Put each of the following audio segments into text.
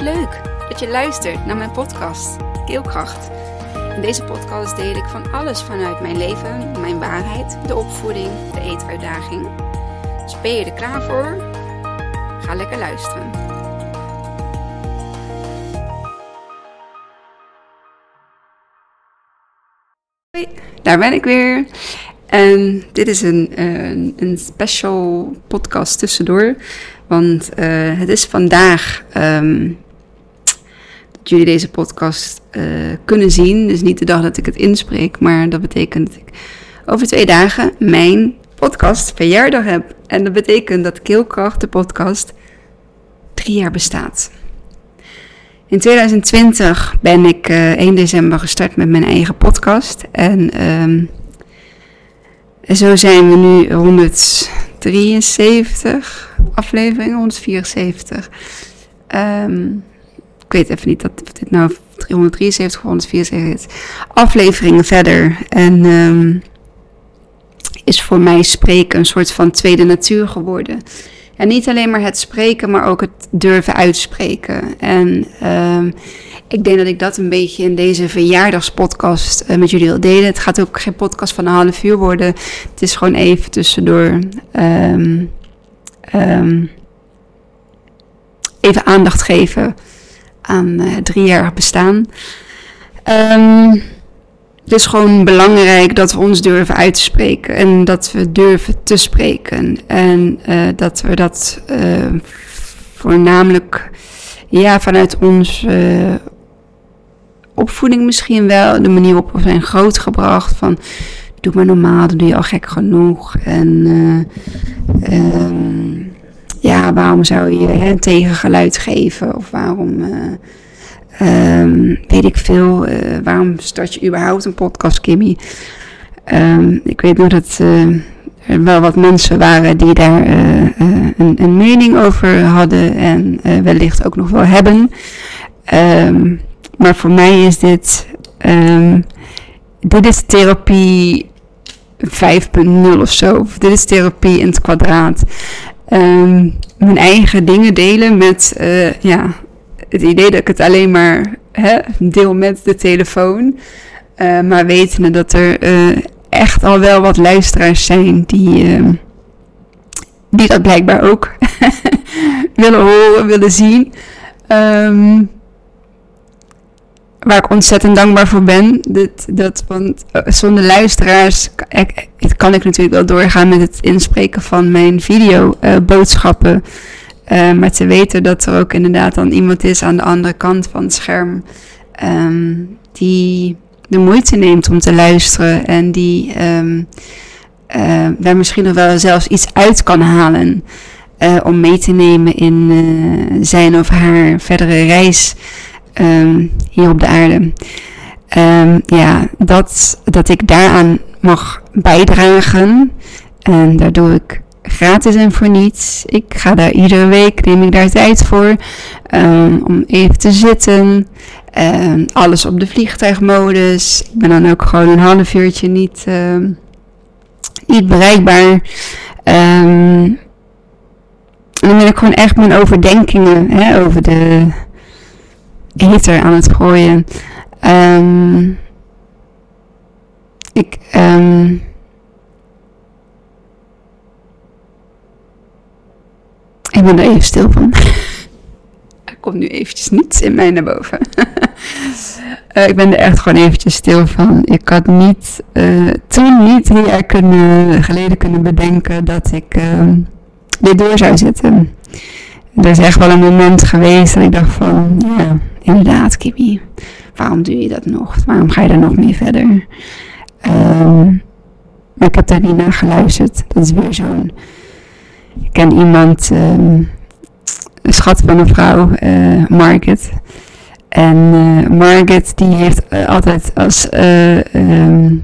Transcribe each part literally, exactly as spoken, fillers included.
Wat leuk dat je luistert naar mijn podcast, Keelkracht. In deze podcast deel ik van alles vanuit mijn leven, mijn waarheid, de opvoeding, de eetuitdaging. Dus ben je er klaar voor? Ga lekker luisteren. Hoi, daar ben ik weer. En dit is een, een, een special podcast tussendoor. Want uh, het is vandaag um, dat jullie deze podcast uh, kunnen zien. Dus niet de dag dat ik het inspreek. Maar dat betekent dat ik over twee dagen mijn podcast verjaardag heb. En dat betekent dat Keelkracht, de podcast, drie jaar bestaat. In twintig twintig ben ik uh, één december gestart met mijn eigen podcast. En um, zo zijn we nu honderddrieënzeventig afleveringen, honderdvierenzeventig. Um, ik weet even niet dat of dit nou honderddrieënzeventig of honderdvierenzeventig is. Afleveringen verder. En um, is voor mij spreken een soort van tweede natuur geworden. En niet alleen maar het spreken, maar ook het durven uitspreken. En um, ik denk dat ik dat een beetje in deze verjaardagspodcast uh, met jullie wil delen. Het gaat ook geen podcast van een half uur worden. Het is gewoon even tussendoor um, um, even aandacht geven aan uh, het driejarig bestaan. Um, het is gewoon belangrijk dat we ons durven uit te spreken. En dat we durven te spreken. En uh, dat we dat uh, voornamelijk ja, vanuit ons uh, opvoeding misschien wel. De manier waarop we zijn grootgebracht. Van doe maar normaal, dan doe je al gek genoeg. En uh, um, ja, waarom zou je hè, tegengeluid geven? Of waarom... Uh, Um, weet ik veel, uh, waarom start je überhaupt een podcast, Kimmy? Um, ik weet nog dat uh, er wel wat mensen waren die daar uh, uh, een, een mening over hadden en uh, wellicht ook nog wel hebben. Um, maar voor mij is dit, um, dit is therapie vijf punt nul of zo. Of dit is therapie in het kwadraat. Um, mijn eigen dingen delen met, uh, ja... Het idee dat ik het alleen maar hè, deel met de telefoon. Uh, maar wetende dat er uh, echt al wel wat luisteraars zijn die, uh, die dat blijkbaar ook willen horen, willen zien. Um, waar ik ontzettend dankbaar voor ben. Dat, dat, want zonder luisteraars kan ik, kan ik natuurlijk wel doorgaan met het inspreken van mijn videoboodschappen. Uh, maar te weten dat er ook inderdaad dan iemand is aan de andere kant van het scherm. Um, die de moeite neemt om te luisteren. En die um, uh, daar misschien nog wel zelfs iets uit kan halen. Uh, om mee te nemen in uh, zijn of haar verdere reis um, hier op de aarde. Um, ja, dat, dat ik daaraan mag bijdragen. En daar doe ik gratis en voor niets. Ik ga daar iedere week, neem ik daar tijd voor. Um, om even te zitten. Um, alles op de vliegtuigmodus. Ik ben dan ook gewoon een half uurtje niet, uh, niet bereikbaar. Um, en dan ben ik gewoon echt mijn overdenkingen hè, over de ether aan het gooien. Um, ik... Um, Ik ben er even stil van. Er komt nu eventjes niets in mij naar boven. uh, ik ben er echt gewoon eventjes stil van. Ik had niet, uh, toen niet drie jaar kunnen, geleden kunnen bedenken dat ik uh, dit door zou zetten. Er is echt wel een moment geweest dat ik dacht van, ja, inderdaad, Kimmy. Waarom doe je dat nog? Waarom ga je er nog mee verder? Um, maar ik heb daar niet naar geluisterd. Dat is weer zo'n... Ik ken iemand, um, een schat van een vrouw, uh, Margaret. En uh, Margaret die heeft uh, altijd als, uh, um,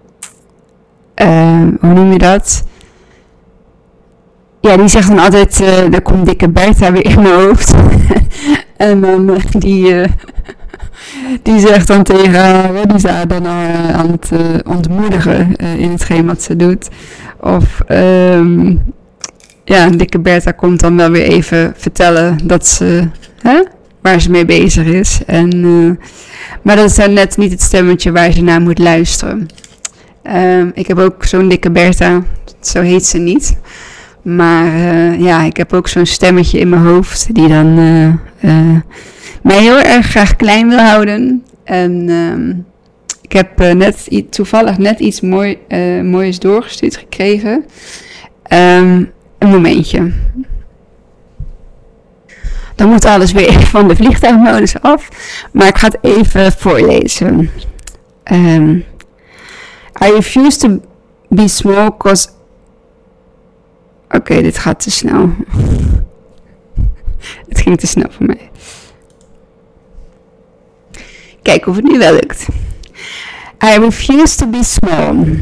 uh, hoe noem je dat? Ja, die zegt dan altijd, uh, er komt dikke Bertha weer in mijn hoofd. En dan uh, die, uh, die zegt dan tegen haar, die is haar dan uh, aan het uh, ontmoedigen uh, in hetgeen wat ze doet. Of... Um, ja, dikke Bertha komt dan wel weer even vertellen dat ze hè, waar ze mee bezig is. En, uh, maar dat is dan net niet het stemmetje waar ze naar moet luisteren. Uh, ik heb ook zo'n dikke Bertha, zo heet ze niet. Maar uh, ja, ik heb ook zo'n stemmetje in mijn hoofd die dan uh, uh, mij heel erg graag klein wil houden. En uh, ik heb uh, net toevallig net iets mooi, uh, moois doorgestuurd gekregen. Um, een momentje. Dan moet alles weer van de vliegtuigmodus af. Maar ik ga het even voorlezen. Um, I refuse to be small cause... Oké, okay, dit gaat te snel. Het ging te snel voor mij. Kijk of het nu wel lukt. I refuse to be small.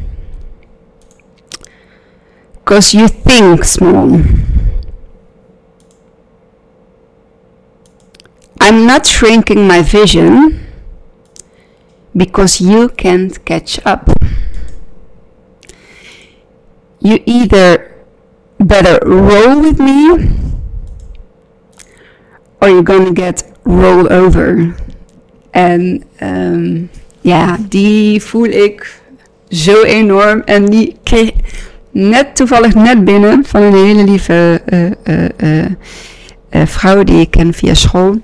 Cause you think small. I'm not shrinking my vision. Because you can't catch up. You either better roll with me, or you're gonna get rolled over. En um, ja, die voel ik zo enorm. En die kreeg net toevallig net binnen van een hele lieve uh, uh, uh, uh, vrouw die ik ken via school.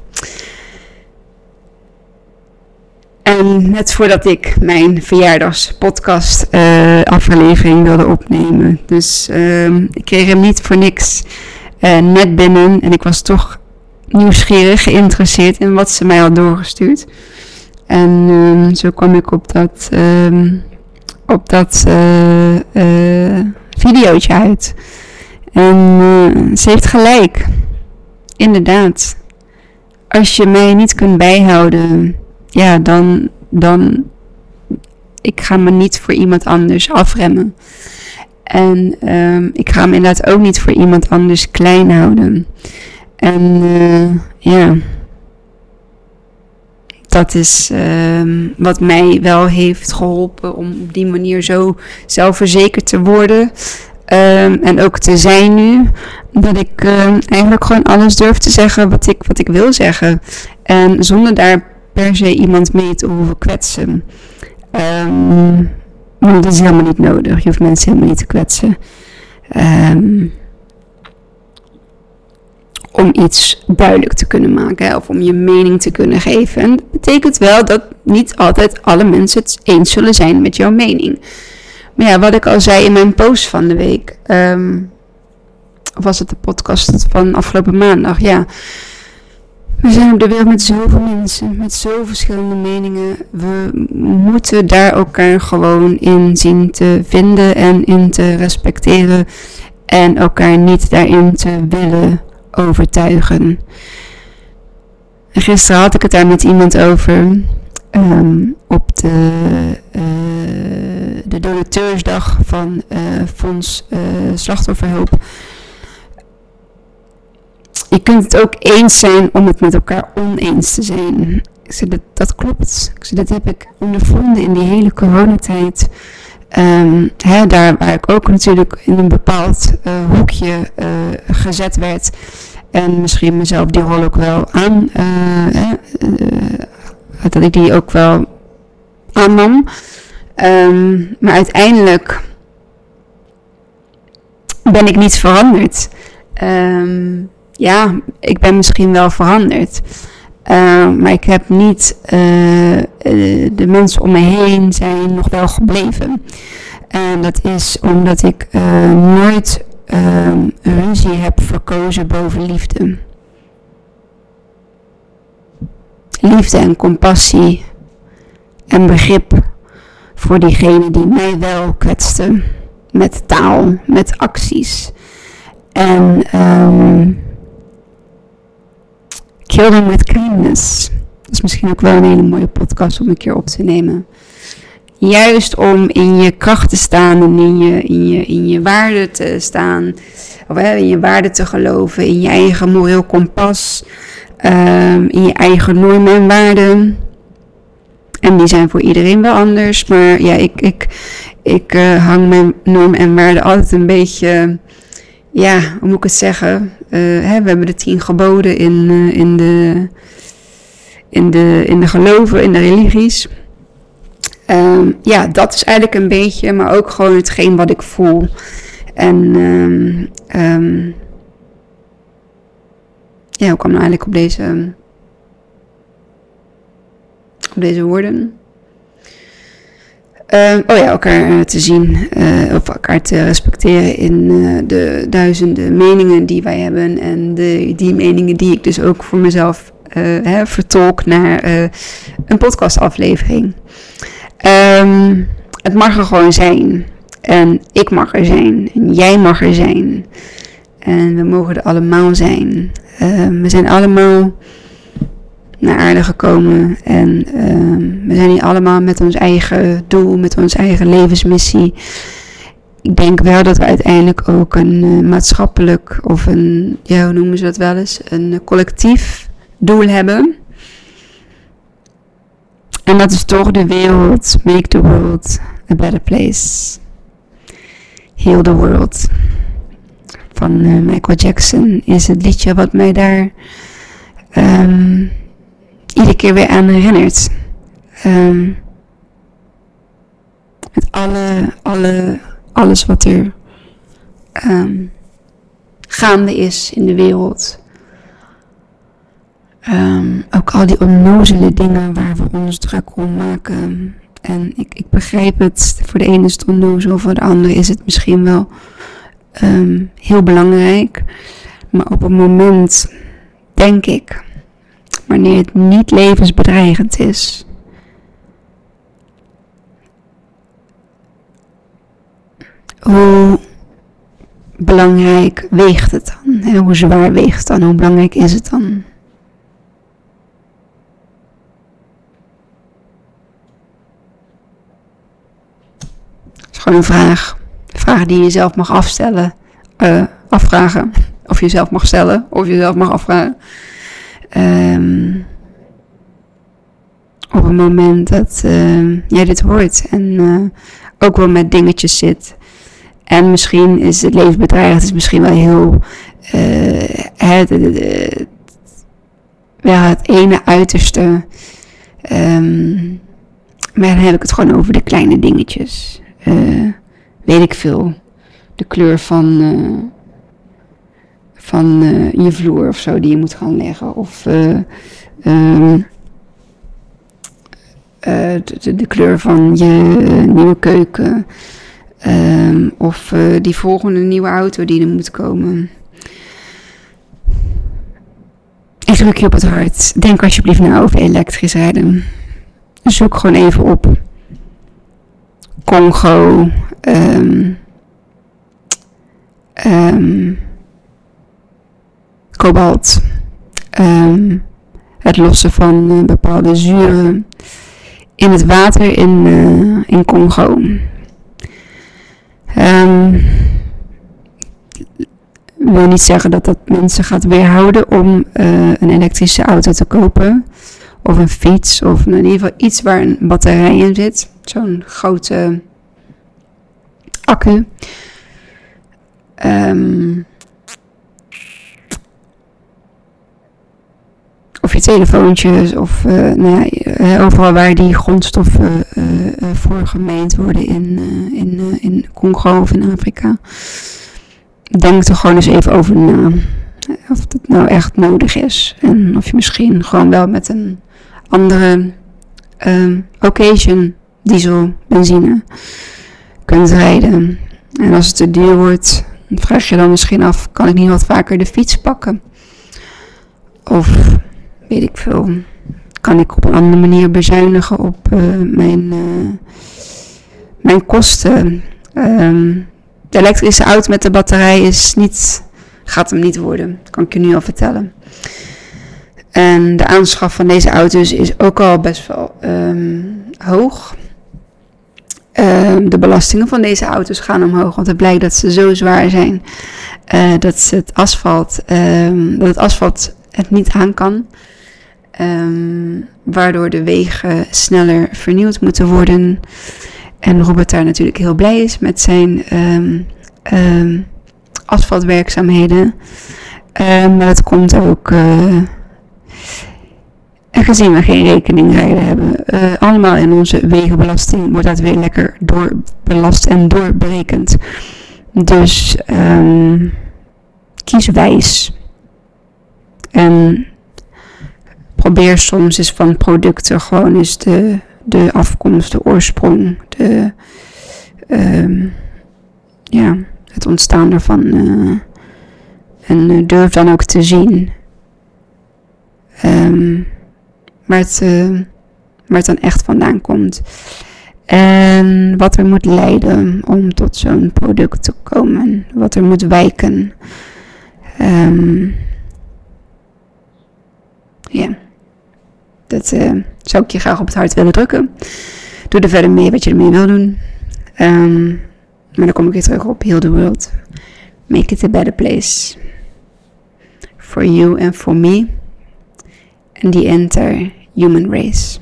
En net voordat ik mijn verjaardagspodcast uh, aflevering wilde opnemen. Dus uh, ik kreeg hem niet voor niks uh, net binnen. En ik was toch nieuwsgierig, geïnteresseerd in wat ze mij had doorgestuurd. En uh, zo kwam ik op dat, uh, op dat uh, uh, videootje uit. En uh, ze heeft gelijk. Inderdaad. Als je mij niet kunt bijhouden... Ja, dan, dan, ik ga me niet voor iemand anders afremmen. En um, ik ga me inderdaad ook niet voor iemand anders klein houden. En uh, ja, dat is um, wat mij wel heeft geholpen om op die manier zo zelfverzekerd te worden. Um, en ook te zijn nu, dat ik uh, eigenlijk gewoon alles durf te zeggen wat ik, wat ik wil zeggen. En zonder daar per se iemand mee te hoeven kwetsen. Um, want dat is helemaal niet nodig. Je hoeft mensen helemaal niet te kwetsen. Um, om iets duidelijk te kunnen maken. Hè, of om je mening te kunnen geven. En dat betekent wel dat niet altijd alle mensen het eens zullen zijn met jouw mening. Maar ja, wat ik al zei in mijn post van de week. Um, of was het de podcast van afgelopen maandag? Ja. We zijn op de wereld met zoveel mensen, met zoveel verschillende meningen. We moeten daar elkaar gewoon in zien te vinden en in te respecteren. En elkaar niet daarin te willen overtuigen. En gisteren had ik het daar met iemand over. Um, op de, uh, de donateursdag van uh, Fonds uh, Slachtofferhulp. Je kunt het ook eens zijn om het met elkaar oneens te zijn. Ik zei, dat, dat klopt. Ik zei, dat heb ik ondervonden in die hele coronatijd. Um, hè, daar waar ik ook natuurlijk in een bepaald uh, hoekje uh, gezet werd. En misschien mezelf die rol ook wel aan. Uh, hè, uh, dat ik die ook wel aannam. Um, maar uiteindelijk ben ik niet veranderd. Um, Ja, ik ben misschien wel veranderd. Uh, maar ik heb niet... Uh, uh, de mensen om me heen zijn nog wel gebleven. En dat is omdat ik uh, nooit uh, ruzie heb verkozen boven liefde. Liefde en compassie en begrip voor diegene die mij wel kwetste. Met taal, met acties. En... Um, Kill them with kindness. Dat is misschien ook wel een hele mooie podcast om een keer op te nemen. Juist om in je kracht te staan en in je, in je, in je waarde te staan. Of hè, in je waarde te geloven. In je eigen moreel kompas. Um, in je eigen normen en waarden. En die zijn voor iedereen wel anders. Maar ja, ik, ik, ik uh, hang mijn normen en waarden altijd een beetje... ja, hoe moet ik het zeggen? Uh, hè, we hebben de tien geboden in, uh, in, de, in, de, in de geloven, in de religies. Um, ja, dat is eigenlijk een beetje, maar ook gewoon hetgeen wat ik voel. En um, um, ja, hoe kwam nou eigenlijk op deze, op deze woorden? Uh, oh ja, elkaar te zien, uh, of elkaar te respecteren in uh, de duizenden meningen die wij hebben. En de, die meningen die ik dus ook voor mezelf uh, hè, vertolk naar uh, een podcastaflevering. Um, het mag er gewoon zijn. En ik mag er zijn. En jij mag er zijn. En we mogen er allemaal zijn. Uh, we zijn allemaal naar aarde gekomen. En uh, we zijn hier allemaal met ons eigen doel. Met onze eigen levensmissie. Ik denk wel dat we uiteindelijk ook een uh, maatschappelijk. Of een, ja, hoe noemen ze dat wel eens? Een uh, collectief doel hebben. En dat is toch de wereld. Make the world a better place. Heal the world. Van uh, Michael Jackson is het liedje wat mij daar um, iedere keer weer aan herinnert. Um, met alle, alle, alles wat er um, gaande is in de wereld. Um, ook al die onnozele dingen waar we ons druk om maken. En ik, ik begrijp het. Voor de ene is het onnozel, voor de andere is het misschien wel um, heel belangrijk. Maar op een moment, denk ik, wanneer het niet levensbedreigend is, hoe belangrijk weegt het dan? En hoe zwaar weegt het dan? Hoe belangrijk is het dan? Gewoon een vraag. Een vraag die je zelf mag afstellen. Uh, afvragen. Of je zelf mag stellen. Of je zelf mag afvragen. Um, op het moment dat uh, jij dit hoort. En uh, ook wel met dingetjes zit. En misschien is het levensbedreigend. Het is misschien wel heel... Uh, het, het, ja, het ene uiterste. Um, maar dan heb ik het gewoon over de kleine dingetjes. Uh, weet ik veel, de kleur van, uh, van uh, je vloer of zo die je moet gaan leggen. Of uh, um, uh, de, de kleur van je uh, nieuwe keuken. Um, of uh, die volgende nieuwe auto die er moet komen. Ik druk je op het hart. Denk alsjeblieft na over elektrisch rijden. Zoek gewoon even op. Congo, um, um, kobalt, um, het lossen van uh, bepaalde zuren in het water in, uh, in Congo. Um, ik wil niet zeggen dat dat mensen gaat weerhouden om uh, een elektrische auto te kopen. Of een fiets, of in ieder geval iets waar een batterij in zit. Zo'n grote accu. Um, of je telefoontjes, of uh, nou ja, overal waar die grondstoffen uh, uh, voor gemeend worden in, uh, in, uh, in Congo of in Afrika. Denk er gewoon eens even over na. Of het nou echt nodig is. En of je misschien gewoon wel met een andere um, occasion diesel, benzine kunt rijden. En als het te duur wordt, vraag je dan misschien af, kan ik niet wat vaker de fiets pakken? Of, weet ik veel, kan ik op een andere manier bezuinigen op uh, mijn, uh, mijn kosten? Um, de elektrische auto met de batterij is niet, gaat hem niet worden, dat kan ik je nu al vertellen. En de aanschaf van deze auto's is ook al best wel um, hoog. Um, de belastingen van deze auto's gaan omhoog, want het blijkt dat ze zo zwaar zijn uh, dat ze het asfalt, um, dat het asfalt het niet aan kan. Um, waardoor de wegen sneller vernieuwd moeten worden. En Robert daar natuurlijk heel blij is met zijn um, um, asfaltwerkzaamheden. Uh, maar dat komt ook... Uh, En gezien we geen rekeningrijden hebben, uh, allemaal in onze wegenbelasting wordt dat weer lekker doorbelast en doorberekend. Dus um, kies wijs. En probeer soms eens van producten gewoon eens de, de afkomst, de oorsprong, de, um, ja, het ontstaan ervan. Uh, en uh, durf dan ook te zien. Um, Waar het, uh, waar het dan echt vandaan komt. En wat er moet leiden om tot zo'n product te komen. Wat er moet wijken. Um, ja. Dat uh, zou ik je graag op het hart willen drukken. Doe er verder mee wat je ermee wil doen. Um, maar dan kom ik weer terug op Heal the World. Make it a better place. For you and for me. And the entire human race.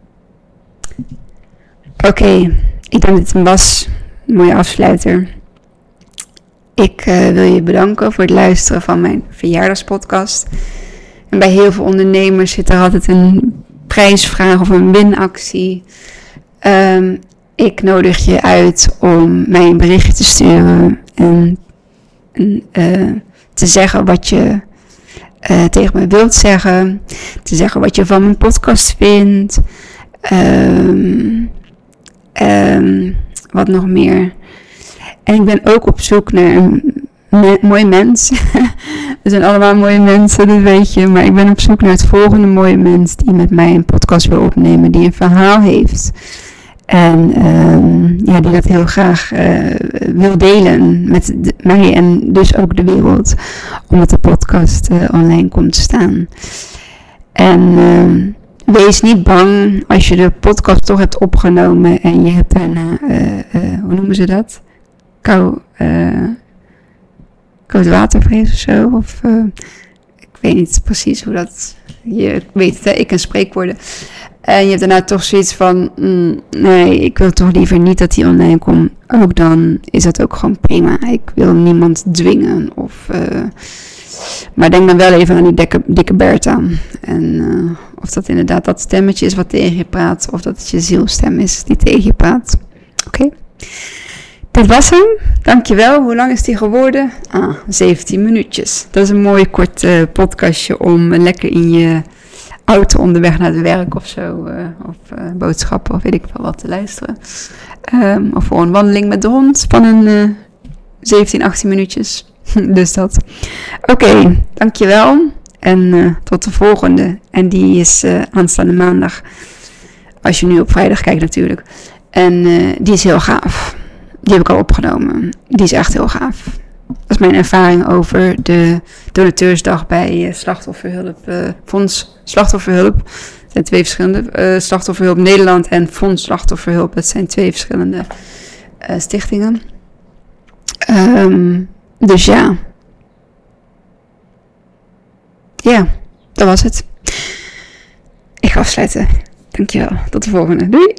Oké, okay, ik denk dat het hem was. Een mooie afsluiter. Ik uh, wil je bedanken voor het luisteren van mijn verjaardagspodcast. En bij heel veel ondernemers zit er altijd een prijsvraag of een winactie. Um, ik nodig je uit om mij een berichtje te sturen en, en uh, te zeggen wat je Uh, tegen me wilt zeggen. Te zeggen wat je van mijn podcast vindt. Um, um, wat nog meer. En ik ben ook op zoek naar een me- mooi mens. We zijn allemaal mooie mensen, dat weet je. Maar ik ben op zoek naar het volgende mooie mens die met mij een podcast wil opnemen. Die een verhaal heeft. En um, ja, die dat heel graag uh, wil delen met de, mij en dus ook de wereld. Omdat de podcast uh, online komt te staan. En uh, wees niet bang als je de podcast toch hebt opgenomen. En je hebt daarna, uh, uh, hoe noemen ze dat? Kou, uh, koud watervrees of zo. Of uh, ik weet niet precies hoe dat... Je weet het, hè? Ik ken spreekwoorden. En je hebt daarna toch zoiets van, mm, nee, ik wil toch liever niet dat die online komt. Ook dan is dat ook gewoon prima. Ik wil niemand dwingen. Of, uh, maar denk dan wel even aan die dikke, dikke Bertha. En uh, of dat inderdaad dat stemmetje is wat tegen je praat. Of dat het je zielstem is die tegen je praat. Oké. Okay. Dit was hem. Dankjewel. Hoe lang is die geworden? Ah, zeventien minuutjes. Dat is een mooi kort uh, podcastje om lekker in je... auto onderweg naar het werk of zo, uh, of uh, boodschappen of weet ik veel wat te luisteren. Um, of voor een wandeling met de hond van een uh, zeventien, achttien minuutjes. Dus dat. Oké, okay, dankjewel. En uh, tot de volgende. En die is uh, aanstaande maandag. Als je nu op vrijdag kijkt natuurlijk. En uh, die is heel gaaf. Die heb ik al opgenomen. Die is echt heel gaaf. Dat is mijn ervaring over de donateursdag bij uh, Slachtofferhulp, uh, Fonds Slachtofferhulp. Het zijn twee verschillende, uh, Slachtofferhulp Nederland en Fonds Slachtofferhulp. Dat zijn twee verschillende uh, stichtingen. Um, dus ja. Ja, dat was het. Ik ga afsluiten. Dankjewel. Tot de volgende. Doei!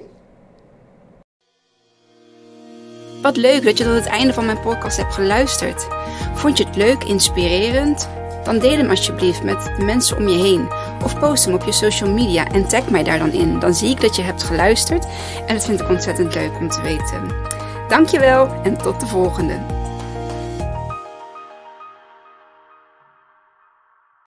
Wat leuk dat je tot het einde van mijn podcast hebt geluisterd. Vond je het leuk, inspirerend? Dan deel hem alsjeblieft met de mensen om je heen. Of post hem op je social media en tag mij daar dan in. Dan zie ik dat je hebt geluisterd en dat vind ik ontzettend leuk om te weten. Dankjewel en tot de volgende.